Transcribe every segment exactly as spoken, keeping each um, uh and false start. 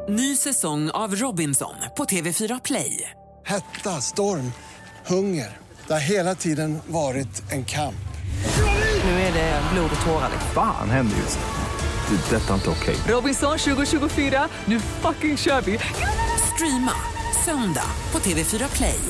Ny säsong av Robinson på T V fyra Play. Hetta, storm, hunger. Det har hela tiden varit en kamp. Nu är det blod och tårar. Fan händer just nu. Det. Detta är inte okej. Okay. Robinson tjugo tjugofyra, nu fucking kör vi. Streama söndag på T V fyra Play.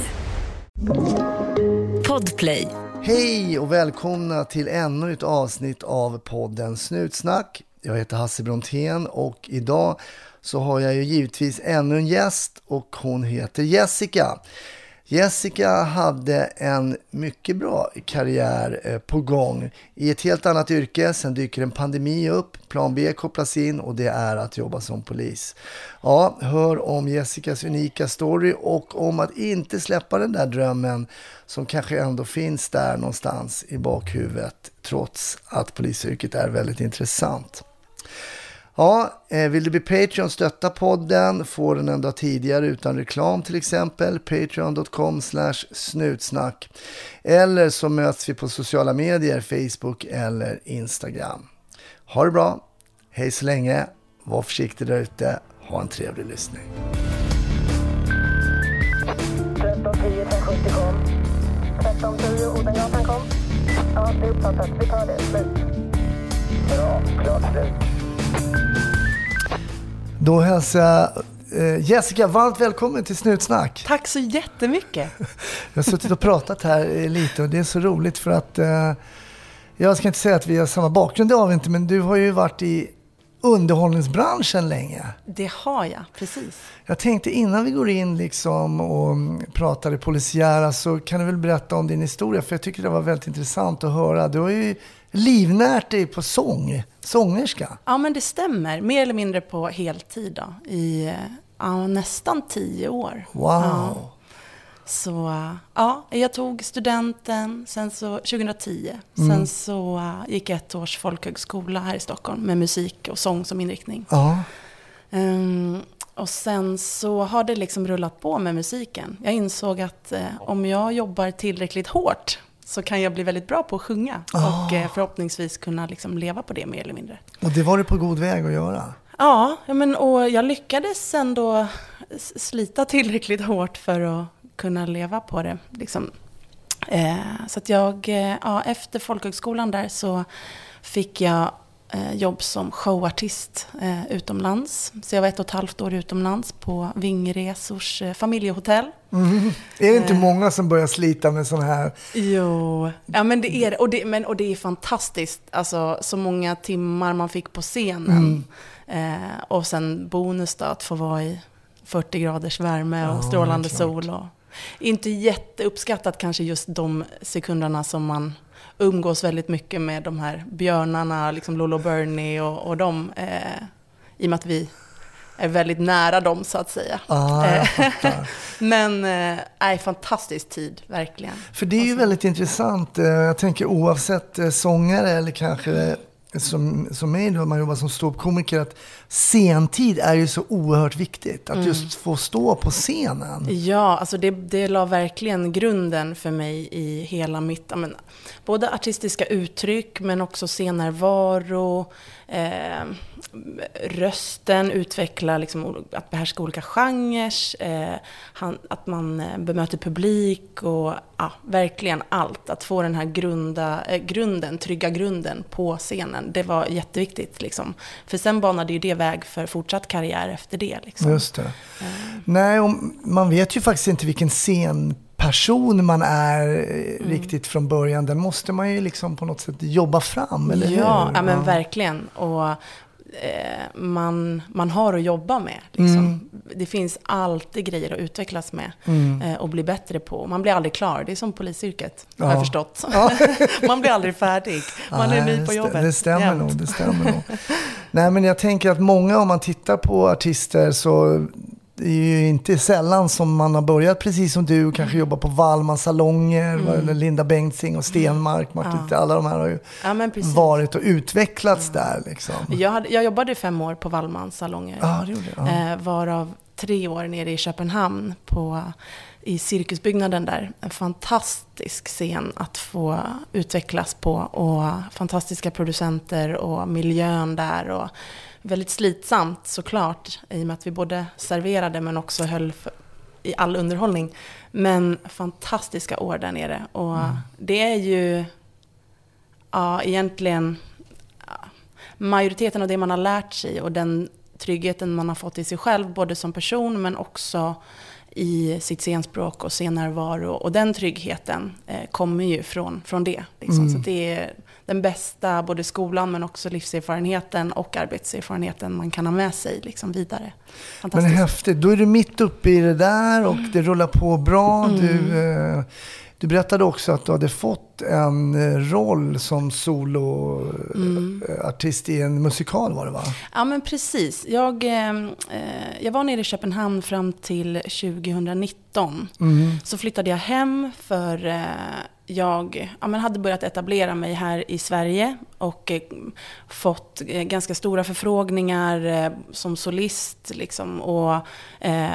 Podplay. Hej och välkomna till ännu ett avsnitt av podden Snutsnack. Jag heter Hasse Brontén och idag så har jag ju givetvis ännu en gäst och hon heter Jessica. Jessica hade en mycket bra karriär på gång i ett helt annat yrke. Sen dyker en pandemi upp, plan B kopplas in och det är att jobba som polis. Ja, hör om Jessicas unika story och om att inte släppa den där drömmen som kanske ändå finns där någonstans i bakhuvudet trots att polisyrket är väldigt intressant. Ja, vill du bli Patreon, stötta podden, få den en dag tidigare utan reklam till exempel, patreon dot com slash snutsnack. Eller så möts vi på sociala medier, Facebook eller Instagram. Ha det bra, hej så länge, var försiktig där ute, ha en trevlig lyssning. tretton tio sjuttio kom. tretton tio Odengatan kom. Ja, det är uppfattat. Vi tar det. Slut. Bra, klart slut. Då hälsar jag eh, Jessica varmt välkommen till Snutsnack. Tack så jättemycket. Jag har suttit och pratat här eh, lite och det är så roligt för att eh, jag ska inte säga att vi har samma bakgrund, det har vi inte, men du har ju varit i underhållningsbranschen länge. Det har jag, precis. Jag tänkte innan vi går in liksom och pratar i polisiära så kan du väl berätta om din historia, för jag tycker det var väldigt intressant att höra. Du har ju livnärt dig på sång, sångerska. Ja, men det stämmer. Mer eller mindre på heltid då, i ja, nästan tio år. Wow. Ja. Så ja, jag tog studenten sen så tjugohundratio. Mm. Sen så gick jag ett års folkhögskola här i Stockholm med musik och sång som inriktning. Ja. Um, och sen så har det liksom rullat på med musiken. Jag insåg att eh, om jag jobbar tillräckligt hårt så kan jag bli väldigt bra på att sjunga. Oh. Och eh, förhoppningsvis kunna liksom leva på det mer eller mindre. Och det var du på god väg att göra? Ja, men, och jag lyckades ändå slita tillräckligt hårt för att kunna leva på det. Liksom. Eh, så att jag, eh, ja, efter folkhögskolan där så fick jag eh, jobb som showartist eh, utomlands. Så jag var ett och ett halvt år utomlands på Vingresors eh, familjehotell. Mm. Är det inte eh. många som börjar slita med sån här? Jo, ja, men det är och det, men, och det är fantastiskt. Alltså så många timmar man fick på scenen. Mm. Eh, och sen bonus då, att få vara i fyrtio graders värme och ja, strålande sol. Och inte jätteuppskattat kanske just de sekunderna som man umgås väldigt mycket med de här björnarna, liksom Lolo Bernie och, och de, eh, i och med att vi är väldigt nära dem så att säga. Ah, jag fattar. Men är eh, fantastisk tid, verkligen. För det är ju väldigt intressant. Jag tänker oavsett sångare eller kanske som, som mig då, man jobbar som ståuppkomiker, att scentid är ju så oerhört viktigt. Att mm. just få stå på scenen. Ja, alltså det, det la verkligen grunden för mig i hela mitt, men, både artistiska uttryck men också scennärvaro, eh, rösten, utveckla liksom, att behärska olika genrer, eh, han, att man bemöter publik och ja, verkligen allt. Att få den här grunda, eh, grunden, trygga grunden på scenen, det var jätteviktigt. Liksom. För sen banade ju det väg för fortsatt karriär efter det. Liksom. Just det. Mm. Nej, och man vet ju faktiskt inte vilken scenperson man är mm. riktigt från början. Den måste man ju liksom på något sätt jobba fram, eller ja, hur? Ja, men verkligen. Och Man, man har att jobba med. Liksom. Mm. Det finns alltid grejer att utvecklas med mm. eh, och bli bättre på. Man blir aldrig klar. Det är som polisyrket, ja. har jag förstått. Ja. Man blir aldrig färdig. Man Nej, är ny på jobbet. Det, det stämmer Jämt. nog. Det stämmer nog. Nej, men jag tänker att många, om man tittar på artister, så det är ju inte sällan som man har börjat precis som du, kanske mm. jobba på Wallmans salonger, mm. Linda Bengtzing och Stenmark, Martin, ja. alla de här har ju ja, varit och utvecklats ja. där. Liksom. Jag, hade, jag jobbade fem år på Wallmans salonger, ja, det gjorde jag. Ja. Eh, varav tre år nere i Köpenhamn på, i cirkusbyggnaden där. En fantastisk scen att få utvecklas på och fantastiska producenter och miljön där och väldigt slitsamt såklart i och med att vi både serverade men också höll för, i all underhållning. Men fantastiska år där nere och mm. det är ju ja, egentligen ja, majoriteten av det man har lärt sig och den tryggheten man har fått i sig själv både som person men också i sitt scenspråk och scenärvaro och den tryggheten eh, kommer ju från, från det. Liksom. Mm. Så det är den bästa både skolan men också livserfarenheten och arbetserfarenheten man kan ha med sig liksom, vidare. Men häftigt, då är du mitt uppe i det där och mm. det rullar på bra. Mm. Du, eh, du berättade också att du hade fått en roll som soloartist mm. i en musikal var det va? Ja men precis. Jag, eh, jag var nere i Köpenhamn fram till tjugonitton. Mm. Så flyttade jag hem för eh, jag ja, men hade börjat etablera mig här i Sverige och eh, fått eh, ganska stora förfrågningar eh, som solist liksom, och eh,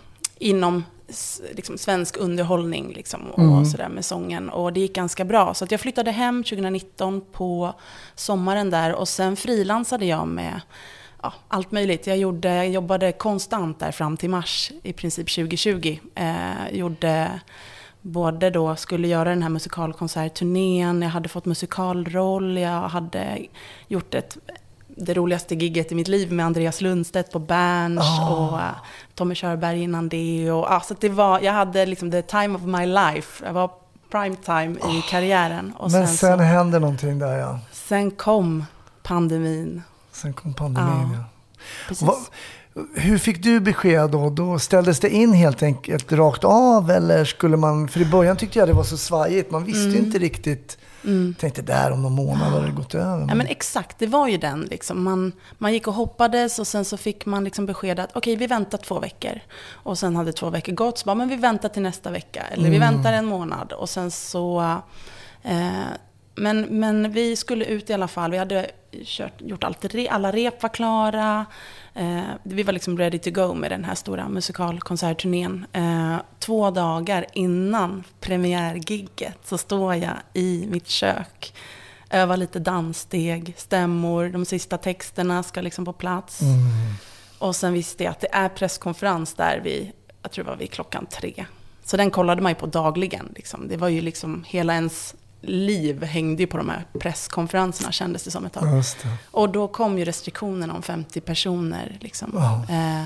inom liksom svensk underhållning liksom, och mm. sådär med sången och det gick ganska bra så att jag flyttade hem tjugonitton på sommaren där och sen frilansade jag med ja, allt möjligt. Jag, gjorde, jag jobbade konstant där fram till mars i princip tjugohundratjugo. Eh, gjorde både då skulle göra den här musikalkonsertturnén, jag hade fått musikalroll, jag hade gjort ett det roligaste gigget i mitt liv med Andreas Lundstedt på Berns oh. och uh, Tommy Körberg innan det och uh, så att det var jag hade liksom the time of my life. Jag var prime time oh. i karriären och men sen, sen så, hände någonting där ja. Sen kom pandemin. Sen kom pandemin ja. ja. Va, hur fick du besked då? Då ställdes det in helt enkelt rakt av eller skulle man för i början tyckte jag det var så svajigt. Man visste mm. ju inte riktigt. Mm. Tänkte där om någon månad har det gått över. Men... Ja men exakt, det var ju den liksom. Man, man gick och hoppades och sen så fick man liksom besked att okej okay, vi väntar två veckor. Och sen hade två veckor gått så bara, men vi väntar till nästa vecka. Eller mm. vi väntar en månad och sen så eh, men, men vi skulle ut i alla fall. Vi hade kört, gjort allt, alla rep var klara. Eh, vi var liksom ready to go med den här stora musikalkonsertturnén. Eh, två dagar innan premiärgigget så står jag i mitt kök. Övar lite danssteg, stämmor, de sista texterna ska liksom på plats. Mm. Och sen visste jag att det är presskonferens där vid, jag tror det var vid klockan tre. Så den kollade man ju på dagligen. Liksom. Det var ju liksom hela ens liv hängde ju på de här presskonferenserna kändes det som ett tag. Just det. Och då kom ju restriktionen om femtio personer liksom. Wow. Eh,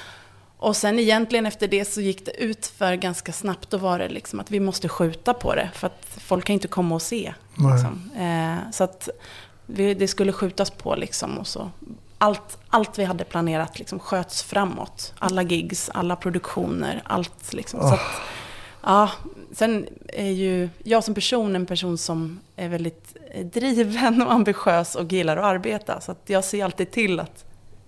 och sen egentligen efter det så gick det ut för ganska snabbt. Då var det liksom att vi måste skjuta på det för att folk kan inte komma och se liksom. eh, så att vi, det skulle skjutas på liksom och så allt, allt vi hade planerat liksom sköts framåt. Alla gigs, alla produktioner, allt liksom. Oh. Så att, ja, sen är ju jag som person en person som är väldigt driven och ambitiös och gillar att arbeta. Så att jag ser alltid till att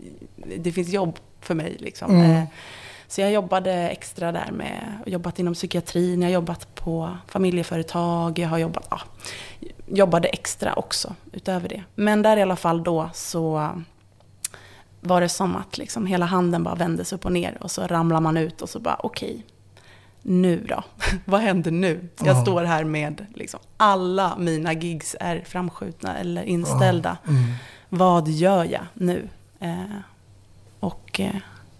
det finns jobb för mig. Liksom. Mm. Så jag jobbade extra där med, jobbat inom psykiatrin, jag har jobbat på familjeföretag, jag har jobbat, ja, jobbade extra också utöver det. Men där i alla fall då så var det som att liksom hela handen bara vändes upp och ner och så ramlar man ut och så bara okej. Okay, nu då? Vad händer nu? Jag oh. står här med liksom, alla mina gigs är framskjutna eller inställda. Oh. Mm. Vad gör jag nu? Eh, och eh,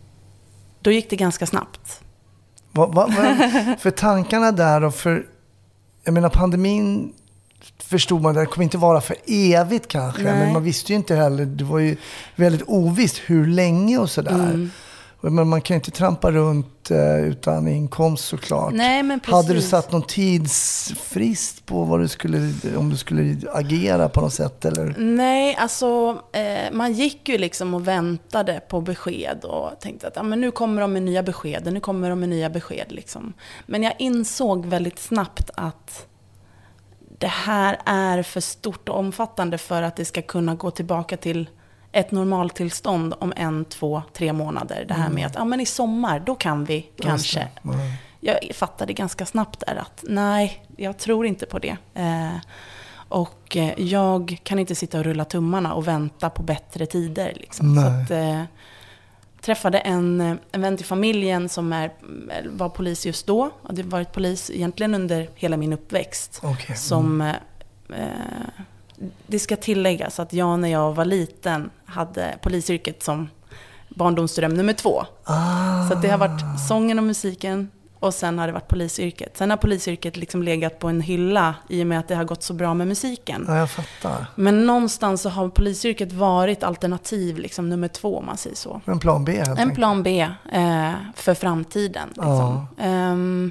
då gick det ganska snabbt. Va, va, va, för tankarna där och för, jag menar pandemin förstod man, det kommer inte vara för evigt kanske. Nej. Men man visste ju inte heller, det var ju väldigt ovisst hur länge och sådär. Mm. Men man kan inte trampa runt eh, utan inkomst såklart. Nej, men precis. Hade du satt någon tidsfrist på vad du skulle, om du skulle agera på något sätt? Eller? Nej, alltså eh, man gick ju liksom och väntade på besked och tänkte att ah, men nu kommer de med nya besked, nu kommer de med nya besked. Liksom. Men jag insåg väldigt snabbt att det här är för stort och omfattande för att det ska kunna gå tillbaka till ett normaltillstånd om en, två, tre månader. Det här med att ja, men i sommar, då kan vi kanske. Mm. Jag fattade ganska snabbt där att nej, jag tror inte på det. Eh, och jag kan inte sitta och rulla tummarna och vänta på bättre tider. Liksom. Så att, eh, träffade en, en vän till familjen som är, var polis just då. Jag hade varit polis egentligen under hela min uppväxt. Okay. Mm. Som, eh, det ska tilläggas att jag när jag var liten hade polisyrket som barndomsdröm nummer två. Ah. Så att det har varit sången och musiken och sen har det varit polisyrket. Sen har polisyrket liksom legat på en hylla i och med att det har gått så bra med musiken. Ja, jag fattar. Men någonstans så har polisyrket varit alternativ liksom nummer två, om man säger så. En plan B helt En enkelt. plan B eh, för framtiden. Liksom. Ja. Um,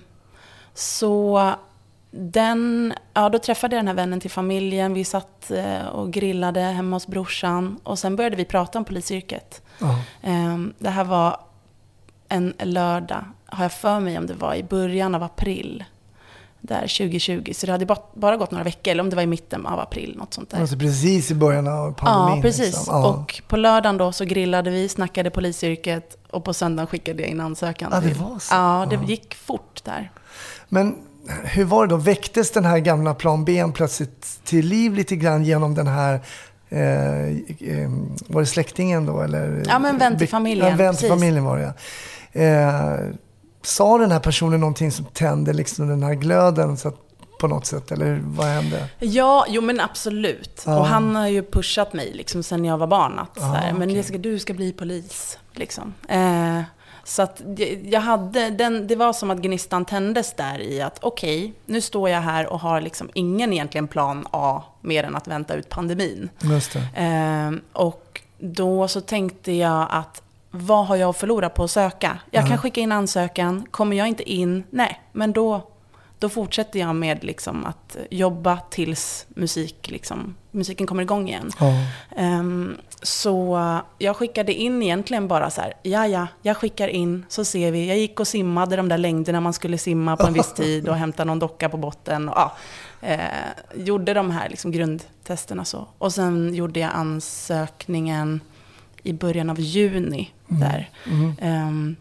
så den, ja, då träffade jag den här vännen till familjen. Vi satt eh, och grillade hemma hos brorsan. Och sen började vi prata om polisyrket. Ja. Um, det här var en lördag, har jag för mig om det var i början av april. Där tjugo tjugo. Så det hade bara, bara gått några veckor. Eller om det var i mitten av april, något sånt där. Alltså precis i början av pandemin. Ja, precis. Liksom. Ja. Och på lördagen då så grillade vi, snackade polisyrket. Och på söndagen skickade jag in ansökan. Ja, det till. var så. Ja, det Ja. gick fort där. Men hur var det då? Väcktes den här gamla plan B plötsligt till liv lite grann genom den här eh, eh, var det släktingen då? Eller? Ja, men vän till familjen. Ja, vän till precis. familjen var det. Eh, sa den här personen någonting som tände liksom den här glöden så att, på något sätt? Eller vad hände? Ja, jo men absolut. Ja. Och han har ju pushat mig liksom sen jag var barn. Att, Ja, så här, men okej. det ska, du ska bli polis. Liksom. Eh, så att jag hade, den, det var som att gnistan tändes där i att okej, okay, nu står jag här och har liksom ingen egentligen plan A mer än att vänta ut pandemin. Just det. Eh, och då så tänkte jag att vad har jag att förlora på att söka? Jag Ja. kan skicka in ansökan, kommer jag inte in? Nej, men då, då fortsätter jag med liksom att jobba tills musik, liksom, musiken kommer igång igen. Ja. Um, så jag skickade in egentligen bara så här, ja ja, jag skickar in så ser vi. Jag gick och simmade de där längderna man skulle simma på en viss tid och hämta någon docka på botten. Och, ja, eh, gjorde de här liksom grundtesterna så. Och sen gjorde jag ansökningen i början av juni där. Mm. Um,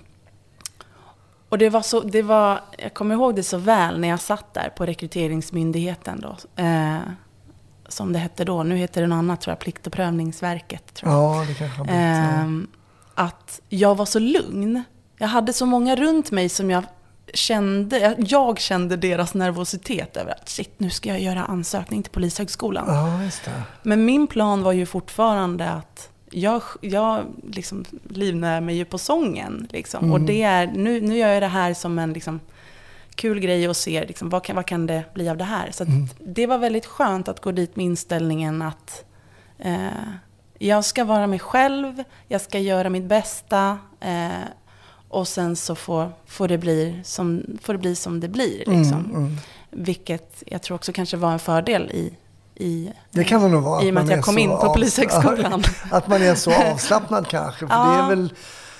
och det var så, det var, jag kommer ihåg det så väl när jag satt där på rekryteringsmyndigheten då. Eh, som det hette då. Nu heter det något annat, tror jag, Plikt- och prövningsverket. Tror jag. Ja, det kanske har blivit. Eh, att jag var så lugn. Jag hade så många runt mig som jag kände, jag, jag kände deras nervositet över att shit, nu ska jag göra ansökning till Polishögskolan. Ja, just det. Men min plan var ju fortfarande att jag, jag liksom livnär mig ju på sången. Liksom. Mm. Och det är, nu, nu gör jag det här som en liksom, kul grej och ser liksom, vad, kan, vad kan det bli av det här. Så att Mm. det var väldigt skönt att gå dit med inställningen att eh, jag ska vara mig själv, jag ska göra mitt bästa eh, och sen så får, får, det bli som, får det bli som det blir. Liksom. Mm, mm. Vilket jag tror också kanske var en fördel i I, Det kan det nog vara. I och med att jag kom in på avs- Polishögskolan. Att man är så avslappnad kanske. För Ja. det är väl,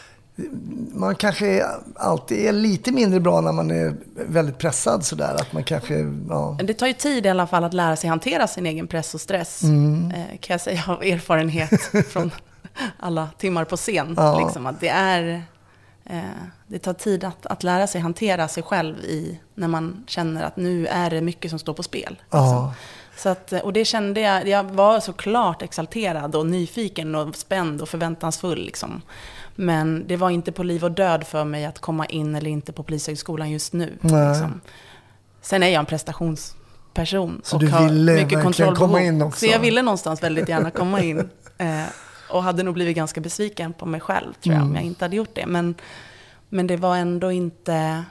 man kanske alltid är lite mindre bra när man är väldigt pressad sådär. Att man kanske, ja. Det tar ju tid i alla fall att lära sig hantera sin egen press och stress. Mm. Eh, kan jag säga av erfarenhet från alla timmar på scen. Ja. Liksom, att det är... Eh, det tar tid att, att lära sig hantera sig själv i, när man känner att nu är det mycket som står på spel. Liksom. Ja. Så att, och det kände jag, jag var såklart exalterad och nyfiken och spänd och förväntansfull. Liksom. Men det var inte på liv och död för mig att komma in eller inte på Polishögskolan just nu. Liksom. Sen är jag en prestationsperson Så och du har ville mycket verkligen kontrollbehov. komma in också? Så jag ville någonstans väldigt gärna komma in. Eh, och hade nog blivit ganska besviken på mig själv, tror jag, Mm. om jag inte hade gjort det. Men, men det var ändå inte...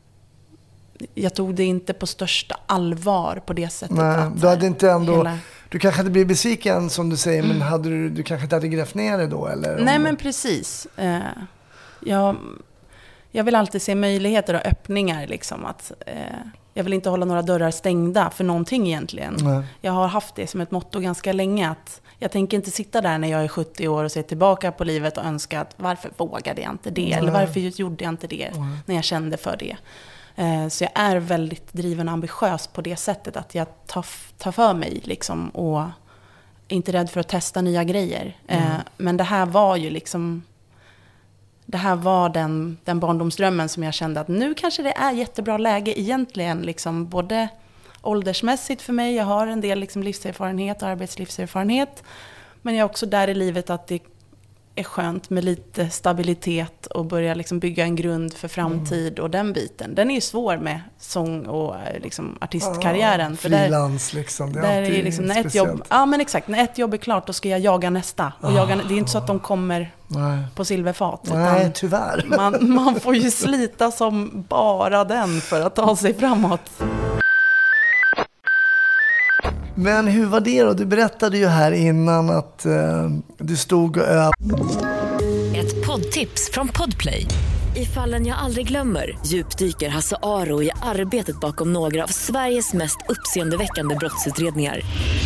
Jag tog det inte på största allvar på det sättet. Nej, att, du hade inte ändå... hela... Du kanske hade blivit besviken som du säger, men hade du, du kanske inte hade grävt ner det då? Eller? Nej, men precis. Eh, jag, jag vill alltid se möjligheter och öppningar. Liksom, att, eh, jag vill inte hålla några dörrar stängda för någonting egentligen. Nej. Jag har haft det som ett motto ganska länge. Att jag tänker inte sitta där när jag är sjuttio år och se tillbaka på livet och önska att varför vågade jag inte det? Nej. Eller varför gjorde jag inte det Nej. när jag kände för det? Eh, så jag är väldigt driven och ambitiös på det sättet att jag tar, tar för mig liksom, och är inte rädd för att testa nya grejer. Eh, Mm. men det här var ju liksom... Det här var den, den barndomsdrömmen som jag kände att nu kanske det är jättebra läge egentligen. Liksom, både åldersmässigt för mig, jag har en del liksom livserfarenhet och arbetslivserfarenhet. Men jag är också där i livet att det är skönt med lite stabilitet och börja liksom bygga en grund för framtid mm. och den biten. Den är ju svår med sång och liksom artistkarriären. Ah, för frilans liksom. Det är där alltid är liksom, när ett speciellt. jobb, ja men exakt, när ett jobb är klart då ska jag jaga nästa. Och ah, jaga, det är inte så att de kommer nej. på silverfat. Nej, tyvärr. Man, man får ju slita som bara den för att ta sig framåt. Men hur var det då? Du berättade ju här innan att eh, du stod och övade. Ett poddtips från Podplay. I Fallen jag aldrig glömmer djupdyker Hasse Aro i arbetet bakom några av Sveriges mest uppseendeväckande brottsutredningar.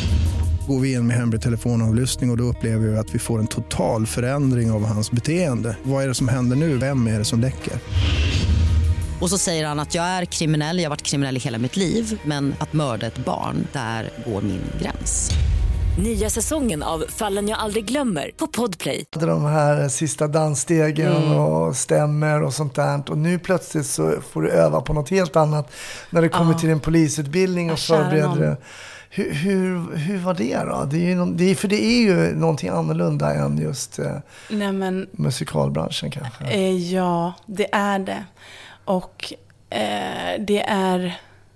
Går vi in med hemlig telefonavlyssning och, och då upplever vi att vi får en total förändring av hans beteende. Vad är det som händer nu? Vem är det som läcker? Och så säger han att jag är kriminell, jag har varit kriminell i hela mitt liv. Men att mörda ett barn, där går min gräns. Nya säsongen av Fallen jag aldrig glömmer på Podplay. De här sista dansstegen mm. och stämmer och sånt där. Och nu plötsligt så får du öva på något helt annat när det kommer ja. till en polisutbildning och förbereder det. Hur, hur, hur var det då? Det är ju någon, det är, för det är ju någonting annorlunda än just eh, Nej, men, musikalbranschen kanske. Eh, ja, det är det. Och eh, det är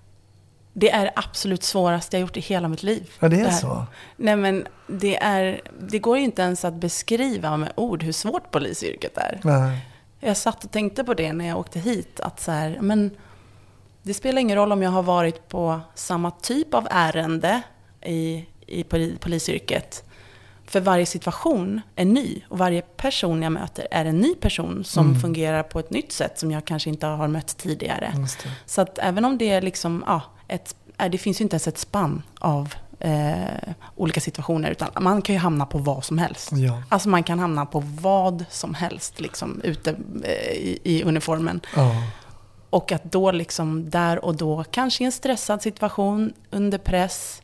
det är absolut svårast jag gjort i hela mitt liv. Ja, det är det så. Nej, men det är det går ju inte ens att beskriva med ord hur svårt polisyrket är. Nej. Jag satt och tänkte på det när jag åkte hit att så här, men det spelar ingen roll om jag har varit på samma typ av ärende i i polisyrket. För varje situation är ny och varje person jag möter är en ny person som mm. fungerar på ett nytt sätt som jag kanske inte har mött tidigare. Så att även om det är liksom, ja, ett, det finns ju inte ens ett spann av eh, olika situationer utan man kan ju hamna på vad som helst. Ja. Alltså man kan hamna på vad som helst liksom ute eh, i, i uniformen. Ja. Och att då liksom där och då kanske i en stressad situation under press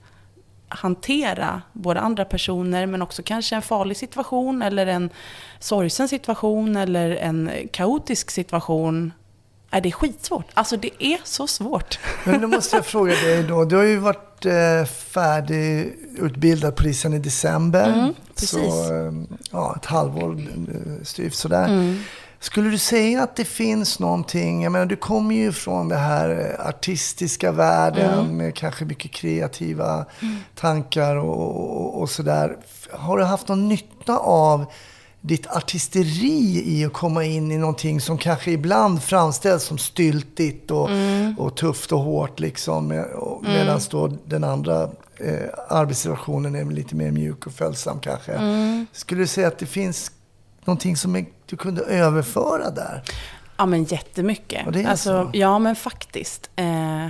hantera både andra personer men också kanske en farlig situation eller en sorgsen situation eller en kaotisk situation. Är det skitsvårt? Alltså det är så svårt. Men då måste jag fråga dig då. Du har ju varit eh, färdigutbildad polisen i december. Mm, precis. Så eh, ja, ett halvår styvt sådär. Mm. Skulle du säga att det finns någonting, jag menar du kommer ju från det här artistiska världen mm. med kanske mycket kreativa mm. tankar och, och, och sådär. Har du haft någon nytta av ditt artisteri i att komma in i någonting som kanske ibland framställs som styltigt och, mm. och tufft och hårt liksom, medan mm. då den andra eh, arbetssituationen är lite mer mjuk och följsam kanske. Mm. Skulle du säga att det finns någonting som är, du kunde överföra där? Ja, men jättemycket. Och det är alltså, så. Ja, men faktiskt. Eh,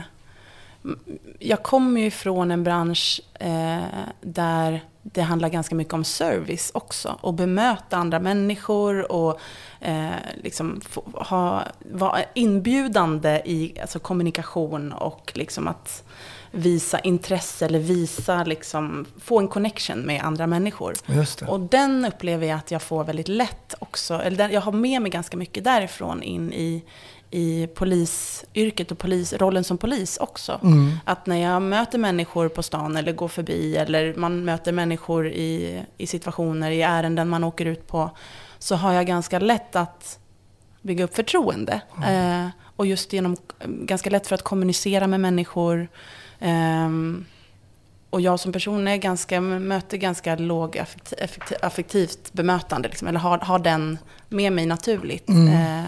jag kommer ju från en bransch eh, där det handlar ganska mycket om service också. Och bemöta andra människor och eh, liksom få, ha, vara inbjudande i alltså kommunikation och liksom att visa intresse eller visa liksom, få en connection med andra människor. Just det. Och den upplever jag att jag får väldigt lätt också, eller jag har med mig ganska mycket därifrån in i, i polisyrket och polis, rollen som polis också. Mm. Att när jag möter människor på stan eller går förbi eller man möter människor i, i situationer, i ärenden man åker ut på, så har jag ganska lätt att bygga upp förtroende. Mm. Eh, och just genom ganska lätt för att kommunicera med människor. Um, och jag som person är ganska, möter ganska låg affektiv, affektiv, affektivt bemötande liksom, eller har, har den med mig naturligt. Mm. Uh,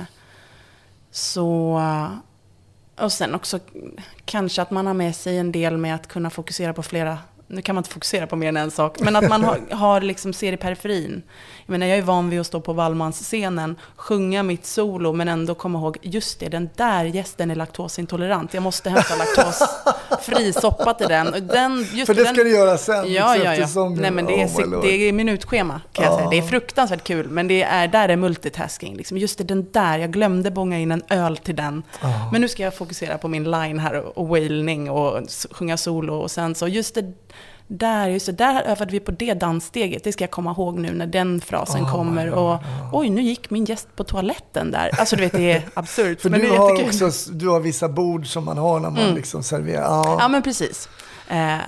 så och sen också kanske att man har med sig en del med att kunna fokusera på flera, nu kan man inte fokusera på mer än en sak, men att man har, har liksom ser i periferin. Jag menar, jag är van vid att stå på Wallmans-scenen, sjunga mitt solo, men ändå komma ihåg, just det, den där gästen är laktosintolerant. Jag måste hämta laktosfri soppa till den. Och den just För det den, ska du göra sen. Ja, ja, ja. Nej, men det är, oh, det är minutschema, kan jag oh. säga. Det är fruktansvärt kul, men det är, där är multitasking. Liksom. Just det, den där, jag glömde bonga in en öl till den. Oh. Men nu ska jag fokusera på min line här och, och wailning och sjunga solo. Och sen så, just det, Där, just det, där övade vi på det danssteget. Det ska jag komma ihåg nu när den frasen oh, kommer. Ja, och ja. Oj, nu gick min gäst på toaletten där. Alltså du vet, det är absurt. För men du, det är har också, du har vissa bord som man har när man mm. liksom serverar. Ja, ja men precis. Eh,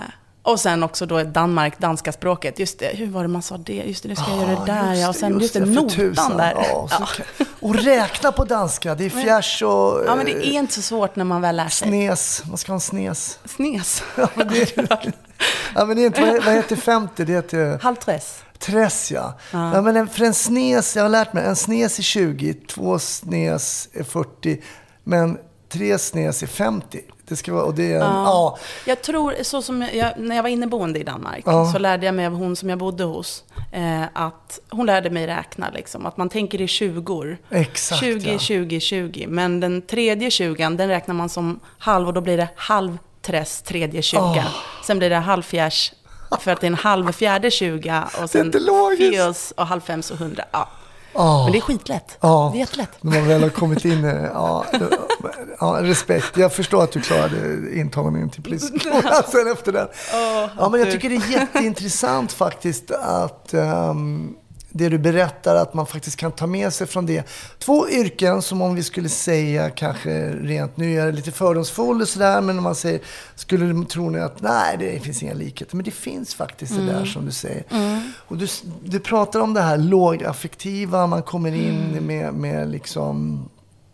Och sen också då Danmark, danska språket. Just det, hur var det man sa det? Just det, nu ska jag Ah, göra det där. just ja. Och sen just, just det, notan tusan. där. Ja, ja. Och räkna på danska, det är fjärs och... Ja, men det är inte så svårt när man väl lär sig. Snes, vad ska ha en snes? Snes. Ja, men det är, ja, men det är inte, vad, vad heter femtio? Det heter... Halvtress. Tress, ja. Ja. Ja, men en, för en snes, jag har lärt mig, en snes är tjugo, två snes är fyrtio, men tre snes är femtio. Det ska vara, och det är, ja. ja. Jag tror, så som jag, när jag var inneboende i Danmark, ja. så lärde jag mig av hon som jag bodde hos, eh, att hon lärde mig räkna, liksom, att man tänker i tjugor. Exakt, tjugo, ja. tjugo, tjugo. Men den tredje tjugan, den räknar man som halv, och då blir det halvtress, tredje tjuga. Oh. Sen blir det halvfjärs, för att det är en halv fjärde tjuga, och sen fjärs och halvfems och hundra. Ja. Oh. Men det är skitlätt. Oh. Det är jättelätt. När man väl har kommit in, ja, ja, respekt. Jag förstår att du klarade intagningen till polisskolan sen efter den. Oh, ja, men jag tycker det är jätteintressant faktiskt att um, det du berättar, att man faktiskt kan ta med sig från det. Två yrken som, om vi skulle säga kanske rent, nu är det lite fördomsfull och sådär, men om man säger, skulle du tro ni att nej, det finns inga likheter, men det finns faktiskt mm. det där som du säger. Mm. Och du, du pratar om det här lågaffektiva, man kommer in mm. med, med liksom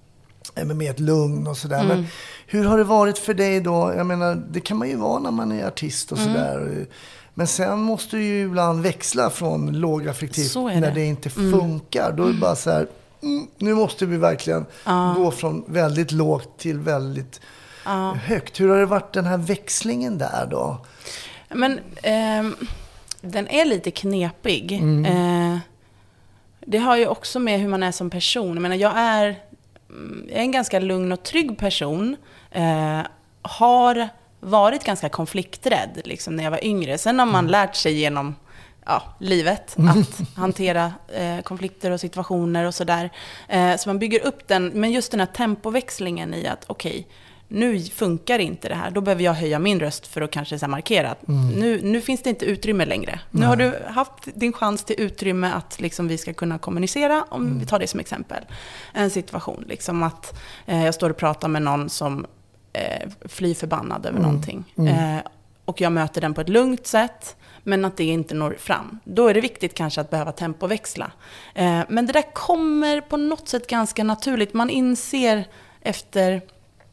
med ett lugn och sådär. Mm. Men hur har det varit för dig då? Jag menar, det kan man ju vara när man är artist och mm. sådär. Men sen måste du ju ibland växla från lågaffektivt det. När det inte funkar. Mm. Då är det bara så här, mm, nu måste vi verkligen uh. gå från väldigt lågt till väldigt uh. högt. Hur har det varit den här växlingen där då? Men eh, den är lite knepig. Mm. Eh, det har ju också med hur man är som person. Jag menar, jag är, jag är en ganska lugn och trygg person. Eh, har varit ganska konflikträdd liksom, när jag var yngre. Sen har man lärt sig genom ja, livet att hantera eh, konflikter och situationer och sådär. Eh, så man bygger upp den, men just den här tempoväxlingen i att okej, okay, nu funkar inte det här. Då behöver jag höja min röst för att kanske så här markera att mm. nu, nu finns det inte utrymme längre. Nu Nej. Har du haft din chans till utrymme att liksom, vi ska kunna kommunicera, om mm. vi tar det som exempel. En situation, liksom att eh, jag står och pratar med någon som eh, flyr förbannad över mm. någonting. Mm. Eh, och jag möter den på ett lugnt sätt, men att det inte når fram. Då är det viktigt kanske att behöva tempoväxla. Eh, men det där kommer på något sätt ganska naturligt. Man inser efter...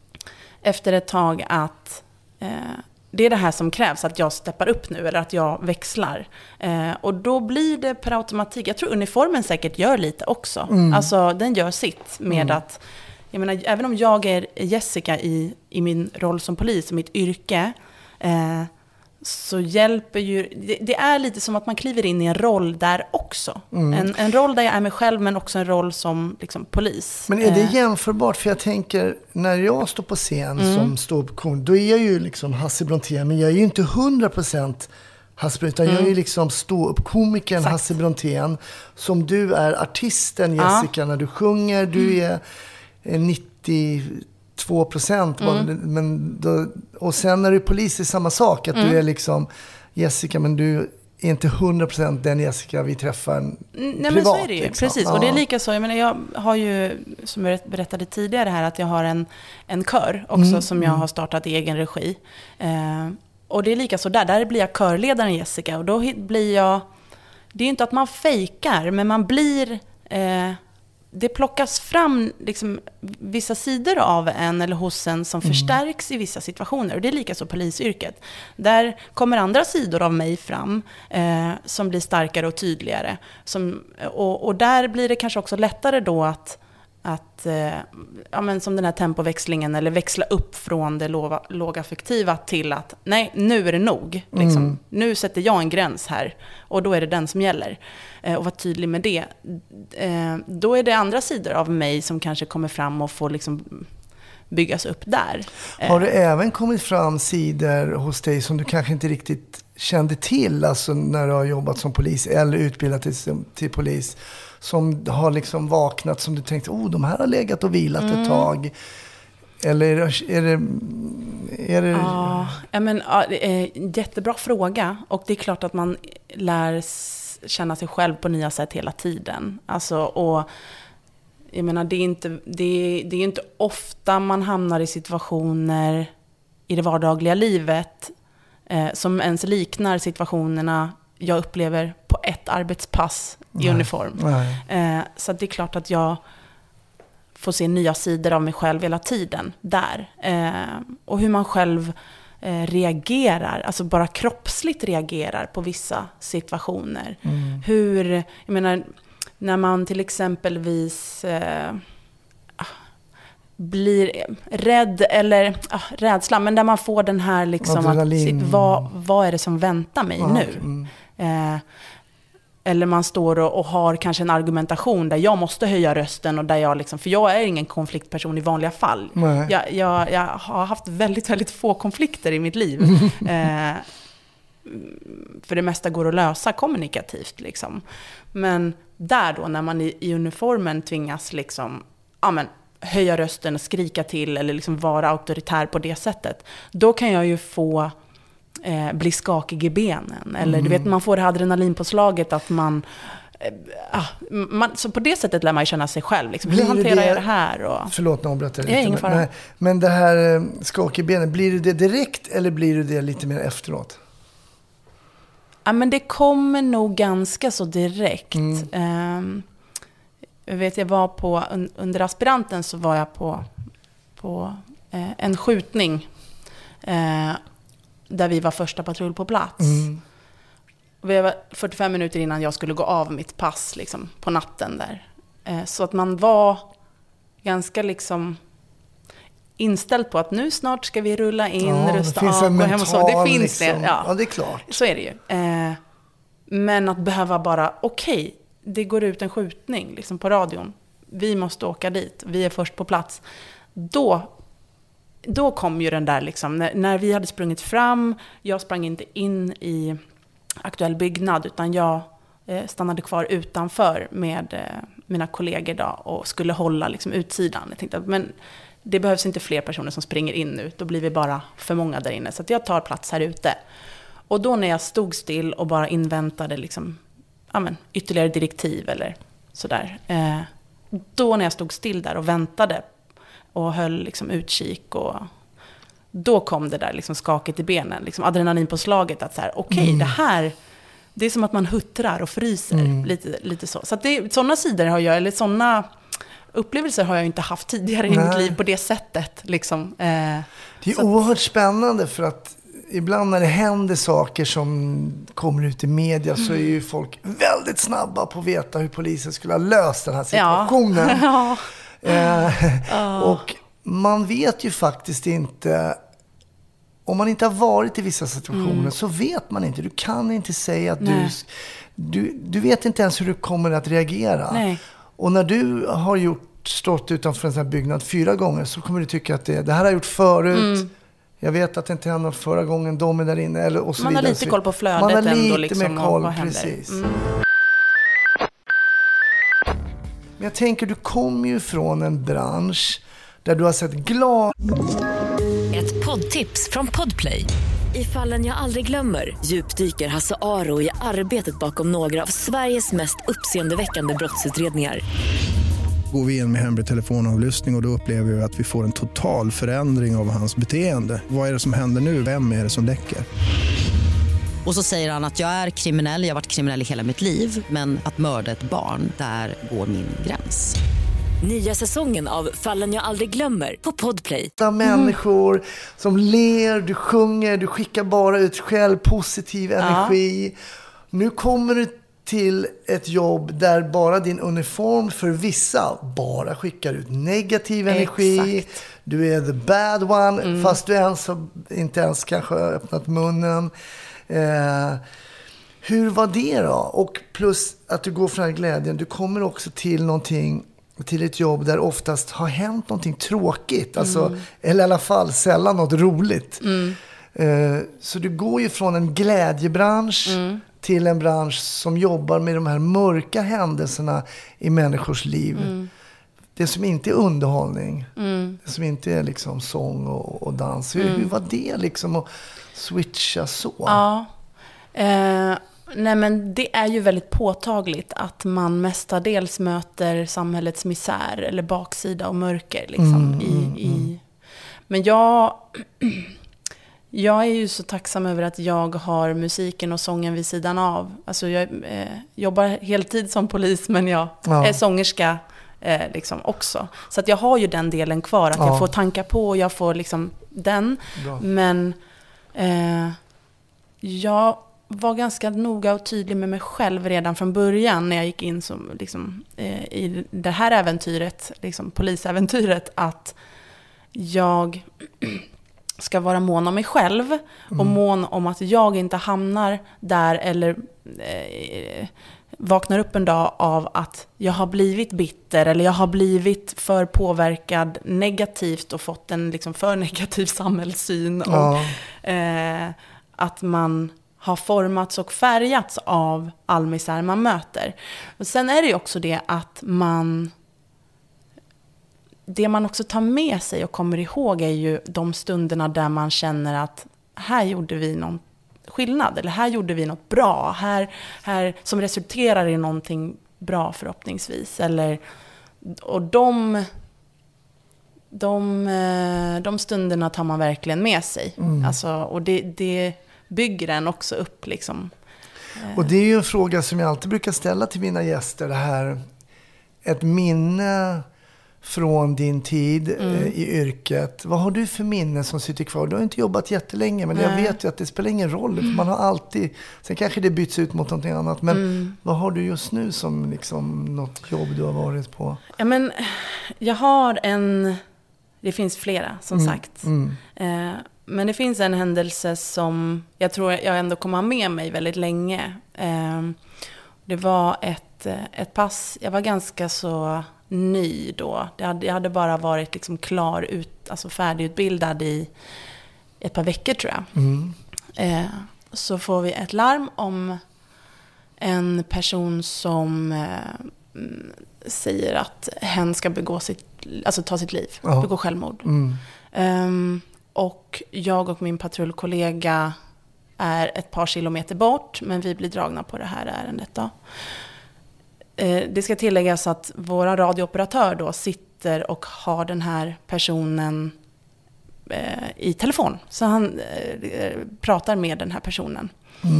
efter ett tag att eh, det är det här som krävs, att jag steppar upp nu eller att jag växlar. Eh, och då blir det per automatik, jag tror uniformen säkert gör lite också. Mm. Alltså den gör sitt med mm. att, jag menar, även om jag är Jessica i, i min roll som polis och mitt yrke, eh, så hjälper ju, det, det är lite som att man kliver in i en roll där också. Mm. En, en roll där jag är mig själv, men också en roll som liksom, polis. Men är det jämförbart? För jag tänker, när jag står på scen mm. som ståuppkomiker, då är jag ju liksom Hasse Brontén, men jag är ju inte hundra procent Hasse Brontén, utan mm. jag är ju liksom ståuppkomikern Hasse Brontén, som du är artisten Jessica, ja. När du sjunger, du är nittio två procent mm. men då, och sen när du är polis är samma sak, att mm. du är liksom Jessica, men du är inte hundra procent den Jessica vi träffar Nej, privat. Men så är det ju, liksom. Precis, ja. Och det är lika så, jag menar, jag har ju, som jag berättade tidigare här, att jag har en, en kör också mm. som jag har startat i egen regi. Eh, och det är lika så där, där blir jag körledaren Jessica, och då blir jag, det är ju inte att man fejkar, men man blir eh, det plockas fram liksom vissa sidor av en eller hos en som mm. förstärks i vissa situationer. Och det är lika så polisyrket. Där kommer andra sidor av mig fram eh, som blir starkare och tydligare. Som, och, och där blir det kanske också lättare då att, att eh, ja, men som den här tempoväxlingen, eller växla upp från det låga, lågaffektiva till att nej, nu är det nog. Liksom. Mm. Nu sätter jag en gräns här, och då är det den som gäller. Eh, och vara tydlig med det. Eh, då är det andra sidor av mig som kanske kommer fram och får liksom byggas upp där. Eh. Har det även kommit fram sidor hos dig som du kanske inte riktigt kände till, alltså när du har jobbat som polis eller utbildat till, till polis, som har liksom vaknat, som du tänkte, oh, de här har legat och vilat mm. ett tag? Eller är det... Är det, är det... Ja, men, ja, det är en jättebra fråga. Och det är klart att man lär känna sig själv på nya sätt hela tiden. Alltså, och jag menar, det är inte, det är, det är inte ofta man hamnar i situationer i det vardagliga livet eh, som ens liknar situationerna jag upplever på ett arbetspass i Nej. uniform. Nej. Eh, så det är klart att jag får se nya sidor av mig själv hela tiden där. Eh, och hur man själv eh, reagerar, alltså bara kroppsligt reagerar på vissa situationer. Mm. Hur, jag menar, när man till exempelvis eh, blir rädd eller ah, rädsla, men där man får den här liksom att, sitt, vad, vad är det som väntar mig ah, nu? Mm. Eh, eller man står och, och har kanske en argumentation där jag måste höja rösten och där jag liksom, för jag är ingen konfliktperson i vanliga fall. Jag, jag, jag har haft väldigt, väldigt få konflikter i mitt liv. eh, för det mesta går att lösa kommunikativt liksom. Men där då, när man i, i uniformen tvingas liksom, ja men, höja rösten och skrika till eller liksom vara auktoritär på det sättet, då kan jag ju få eh, bli skakig i benen. Eller mm. du vet, man får det här adrenalinpåslaget att man, eh, man... Så på det sättet lär man ju känna sig själv. Liksom. Hur hanterar det, jag det här? Och... Förlåt, nu avbröt jag lite. Jag är ingen fara. Men, men det här eh, skakig i benen, blir det det direkt eller blir det det lite mer efteråt? Ja, men det kommer nog ganska så direkt. Mm. Um, jag vet, jag var på, under aspiranten så var jag på, på eh, en skjutning eh, där vi var första patrull på plats. Mm. Vi var fyrtiofem minuter innan jag skulle gå av mitt pass liksom, på natten där. Eh, så att man var ganska liksom inställd på att nu snart ska vi rulla in, ja, rösta av, gå hem och så. Det finns liksom, det. Ja. ja, det är klart. Så är det ju. Eh, men att behöva bara, okej, okay, det går ut en skjutning liksom på radion. Vi måste åka dit. Vi är först på plats. Då, då kom ju den där liksom, när, när vi hade sprungit fram, jag sprang inte in i aktuell byggnad utan jag eh, stannade kvar utanför med eh, mina kollegor då och skulle hålla liksom utsidan. Jag tänkte, men det behövs inte fler personer som springer in nu. Då blir vi bara för många där inne. Så att jag tar plats här ute. Och då när jag stod still och bara inväntade liksom, ja, men, ytterligare direktiv eller sådär. Eh, då när jag stod still där och väntade och höll liksom utkik och då kom det där liksom skaket i benen, liksom adrenalinpåslaget att så här, okej, okay, mm. det här, det är som att man huttrar och fryser mm. lite, lite så. Så att det, sådana sidor har jag, eller sådana upplevelser har jag inte haft tidigare. Nej. I mitt liv på det sättet liksom. Eh, det är oerhört att, spännande för att ibland när det händer saker som kommer ut i media mm. så är ju folk väldigt snabba på att veta hur polisen skulle ha löst den här situationen. Ja. eh, ja. Och man vet ju faktiskt inte, om man inte har varit i vissa situationer mm. så vet man inte. Du kan inte säga att du, du, du vet inte ens hur du kommer att reagera. Nej. Och när du har gjort, stått utanför en sån här byggnad fyra gånger så kommer du tycka att det, det här har jag gjort förut. Mm. Jag vet att det inte hände förra gången de är där inne. Eller, och så man vidare. har lite koll på flödet. Man har lite ändå liksom, mer koll, vad precis. Mm. Men jag tänker, du kommer ju från en bransch där du har sett glad... Ett poddtips från Podplay. I Fallen jag aldrig glömmer djupdyker Hasse Aro i arbetet bakom några av Sveriges mest uppseendeväckande brottsutredningar. Går vi in med hemlig telefonavlyssning och då upplever vi att vi får en total förändring av hans beteende. Vad är det som händer nu? Vem är det som läcker? Och så säger han att jag är kriminell, jag har varit kriminell i hela mitt liv. Men att mörda ett barn, där går min gräns. Nya säsongen av Fallen jag aldrig glömmer på Podplay. Mm. Människor som ler, du sjunger, du skickar bara ut själv positiv energi. Ja. Nu kommer du till ett jobb där bara din uniform för vissa bara skickar ut negativ energi. Exakt. Du är the bad one, mm. fast du ens har inte ens kanske öppnat munnen. Eh, hur var det då? Och plus att du går från den här glädjen, du kommer också till någonting, till ett jobb där oftast har hänt någonting tråkigt. Alltså, mm. eller i alla fall sällan något roligt. Mm. Eh, så du går ju från en glädjebransch mm. till en bransch som jobbar med de här mörka händelserna i människors liv. Mm. Det som inte är underhållning. Mm. Det som inte är liksom sång och, och dans. Hur, mm. hur var det liksom att switcha så? Ja. Eh, nej men det är ju väldigt påtagligt att man mestadels möter samhällets misär eller baksida och mörker liksom. Mm, i, mm, i. Men jag... Jag är ju så tacksam över att jag har musiken och sången vid sidan av. Alltså jag eh, jobbar heltid som polis, men jag ja. är sångerska eh, liksom också. Så att jag har ju den delen kvar, att ja. jag får tanka på och jag får liksom den. Bra. Men eh, jag var ganska noga och tydlig med mig själv redan från början när jag gick in som, liksom, eh, i det här äventyret, liksom polisäventyret, att jag ska vara mån om mig själv och mm. mån om att jag inte hamnar där eller eh, vaknar upp en dag av att jag har blivit bitter eller jag har blivit för påverkad negativt och fått en liksom för negativ samhällssyn. Ja. Och, eh, att man har formats och färgats av all misär man möter. Och sen är det ju också det att man... Det man också tar med sig och kommer ihåg är ju de stunderna där man känner att här gjorde vi någon skillnad. Eller här gjorde vi något bra. Här, här, som resulterar i någonting bra förhoppningsvis. Eller, och de, de, de stunderna tar man verkligen med sig. Mm. Alltså, och det, det bygger en också upp. Liksom. Och det är ju en fråga som jag alltid brukar ställa till mina gäster. Det här, ett minne från din tid mm. eh, i yrket. Vad har du för minne som sitter kvar? Du har inte jobbat jättelänge, men Nej. jag vet ju att det spelar ingen roll. Mm. Man har alltid, sen kanske det byts ut mot någonting annat. Men mm. vad har du just nu som liksom, något jobb du har varit på? Ja, men, jag har en... Det finns flera, som mm. sagt. Mm. Eh, men det finns en händelse som jag tror jag ändå kommer ha med mig väldigt länge. Eh, det var ett, ett pass. Jag var ganska så... ny då. Det hade, jag hade bara varit liksom klar ut, alltså färdigutbildad i ett par veckor tror jag. Mm. Eh, så får vi ett larm om en person som eh, säger att hen ska begå sitt, alltså ta sitt liv, ja. begå självmord. Mm. Eh, och jag och min patrullkollega är ett par kilometer bort, men vi blir dragna på det här ärendet då. Det ska tilläggas att våra radiooperatör då sitter och har den här personen eh, i telefon. Så han eh, pratar med den här personen.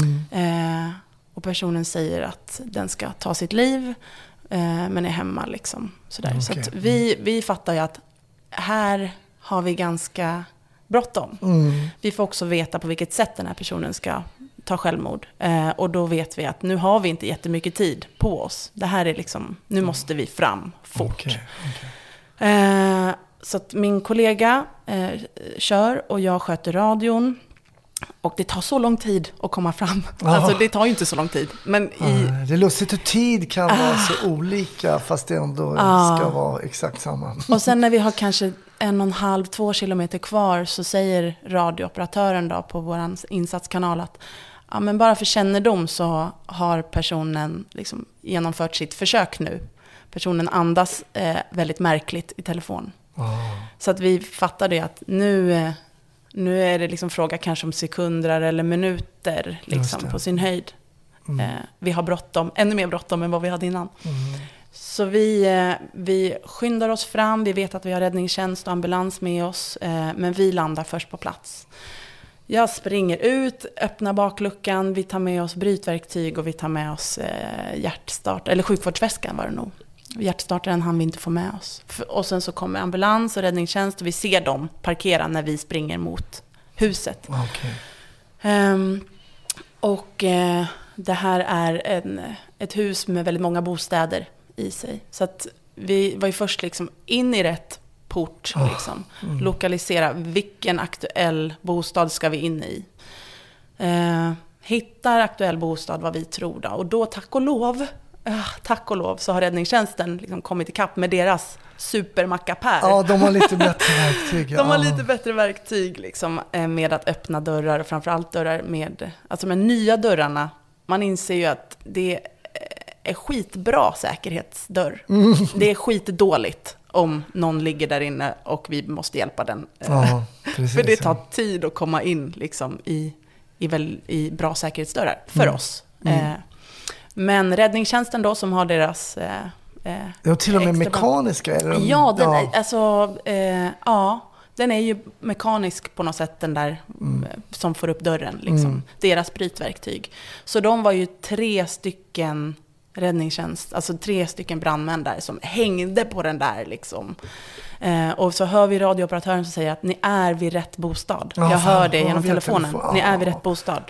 Mm. Eh, och personen säger att den ska ta sitt liv eh, men är hemma. Liksom, sådär. Okay. Så att vi, vi fattar ju att här har vi ganska bråttom. Mm. Vi får också veta på vilket sätt den här personen ska ta självmord. Eh, och då vet vi att nu har vi inte jättemycket tid på oss. Det här är liksom, nu måste vi fram fort. Okay, okay. Eh, så att min kollega eh, kör och jag sköter radion. Och det tar så lång tid att komma fram. Oh. Alltså det tar ju inte så lång tid. Men i... ah, det är lustigt hur tid kan ah. vara så olika fast det ändå ah. ska vara exakt samma. Och sen när vi har kanske en och en halv, två kilometer kvar så säger radiooperatören då på vår insatskanal att ja, men bara för kännedom så har personen liksom genomfört sitt försök nu. Personen andas eh, väldigt märkligt i telefon. Oh. Så att vi fattade att nu, eh, nu är det liksom fråga kanske om sekunder eller minuter liksom, på sin höjd. Mm. Eh, vi har bråttom, ännu mer bråttom än vad vi hade innan. Mm. Så vi, eh, vi skyndar oss fram. Vi vet att vi har räddningstjänst och ambulans med oss. Eh, men vi landar först på plats. Jag springer ut, öppnar bakluckan, vi tar med oss brytverktyg och vi tar med oss eh, hjärtstart, eller sjukvårdsväskan var det nog. Hjärtstartaren hann vi inte få med oss. Och sen så kommer ambulans och räddningstjänst och vi ser dem parkera när vi springer mot huset. Okay. Um, och eh, det här är en, ett hus med väldigt många bostäder i sig. Så att vi var ju först liksom in i rätt port, oh. liksom. Mm. Lokalisera vilken aktuell bostad ska vi in i. Eh, hittar aktuell bostad vad vi tror då. Och då tack och lov, eh, tack och lov så har räddningstjänsten liksom kommit ikapp med deras supermackapär. Ja, de har lite bättre verktyg. de har lite bättre verktyg liksom, eh, med att öppna dörrar och framförallt dörrar med, alltså med nya dörrarna. Man inser ju att det är skitbra säkerhetsdörr. Mm. Det är skitdåligt om någon ligger där inne och vi måste hjälpa den. Ja, precis, för det tar tid att komma in liksom, i, i, väl, i bra säkerhetsdörrar för mm. oss. Mm. Eh, men räddningstjänsten då som har deras... Eh, det var till och med mekaniska? Eller de, ja, den, ja. Alltså, eh, ja, den är ju mekanisk på något sätt, den där mm. som får upp dörren, liksom. Mm. Deras brytverktyg. Så de var ju tre stycken räddningstjänst, alltså tre stycken brandmän där som hängde på den där liksom. Eh, och så hör vi radiooperatören som säger att ni är vid rätt bostad. Ja, jag hör det genom telefonen. Telefon. Ni är vid rätt bostad.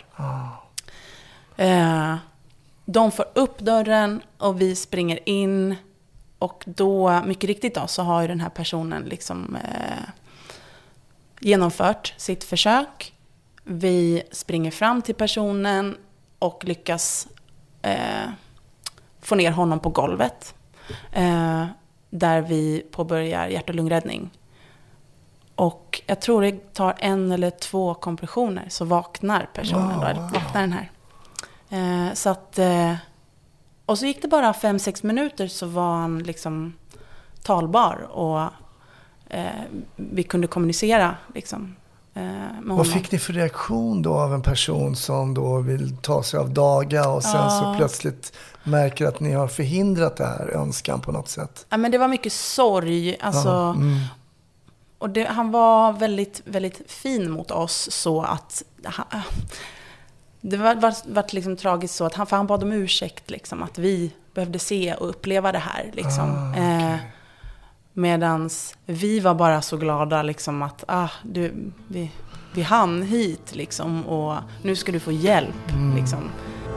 Eh, de får upp dörren och vi springer in, och då, mycket riktigt då, så har ju den här personen liksom eh, genomfört sitt försök. Vi springer fram till personen och lyckas eh, få ner honom på golvet. Eh, där vi påbörjar hjärt- och lungräddning. Och jag tror det tar en eller två kompressioner så vaknar personen. Wow. Då, vaknar den här. Eh, så att, eh, och så gick det bara fem sex minuter så var han liksom talbar. Och eh, vi kunde kommunicera liksom. Vad fick ni för reaktion då av en person som då vill ta sig av daga och sen ja. så plötsligt märker att ni har förhindrat det här önskan på något sätt? Ja, men det var mycket sorg. Alltså, mm. Och det, han var väldigt, väldigt fin mot oss, så att han, det var, var, var liksom tragiskt så att han, för han bad om ursäkt liksom, att vi behövde se och uppleva det här liksom. Ah, okay. eh, Medans vi var bara så glada liksom att ah, du, vi, vi hann hit liksom, och nu ska du få hjälp mm. liksom.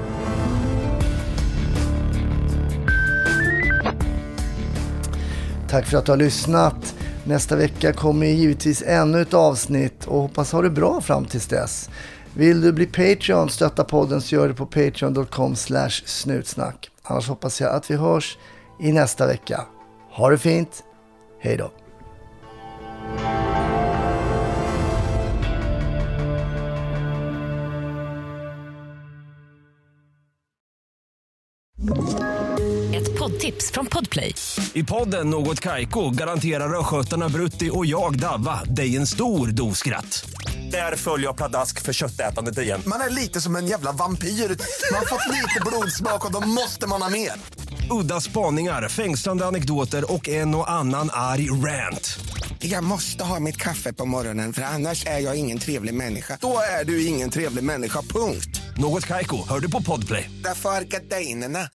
Tack för att du har lyssnat. Nästa vecka kommer givetvis ännu ett avsnitt, och hoppas ha det bra fram tills dess. Vill du bli Patreon, stötta podden, så gör det på patreon dot com slash snutsnack. Annars hoppas jag att vi hörs i nästa vecka. Ha det fint. Hej då. Ett poddtips från Podplay. I podden Något Kaiko garanterar röskötarna Brutti och jag Davva dig en stor doskratt. Där följer jag pladask för köttätandet igen. Man är lite som en jävla vampyr. Man har fått lite blodsmak och då måste man ha mer. Udda spaningar, fängslande anekdoter och en och annan arg rant. Jag måste ha mitt kaffe på morgonen, för annars är jag ingen trevlig människa. Då är du ingen trevlig människa, punkt. Något Kaiko, hör du på Podplay. Därför är gardinerna.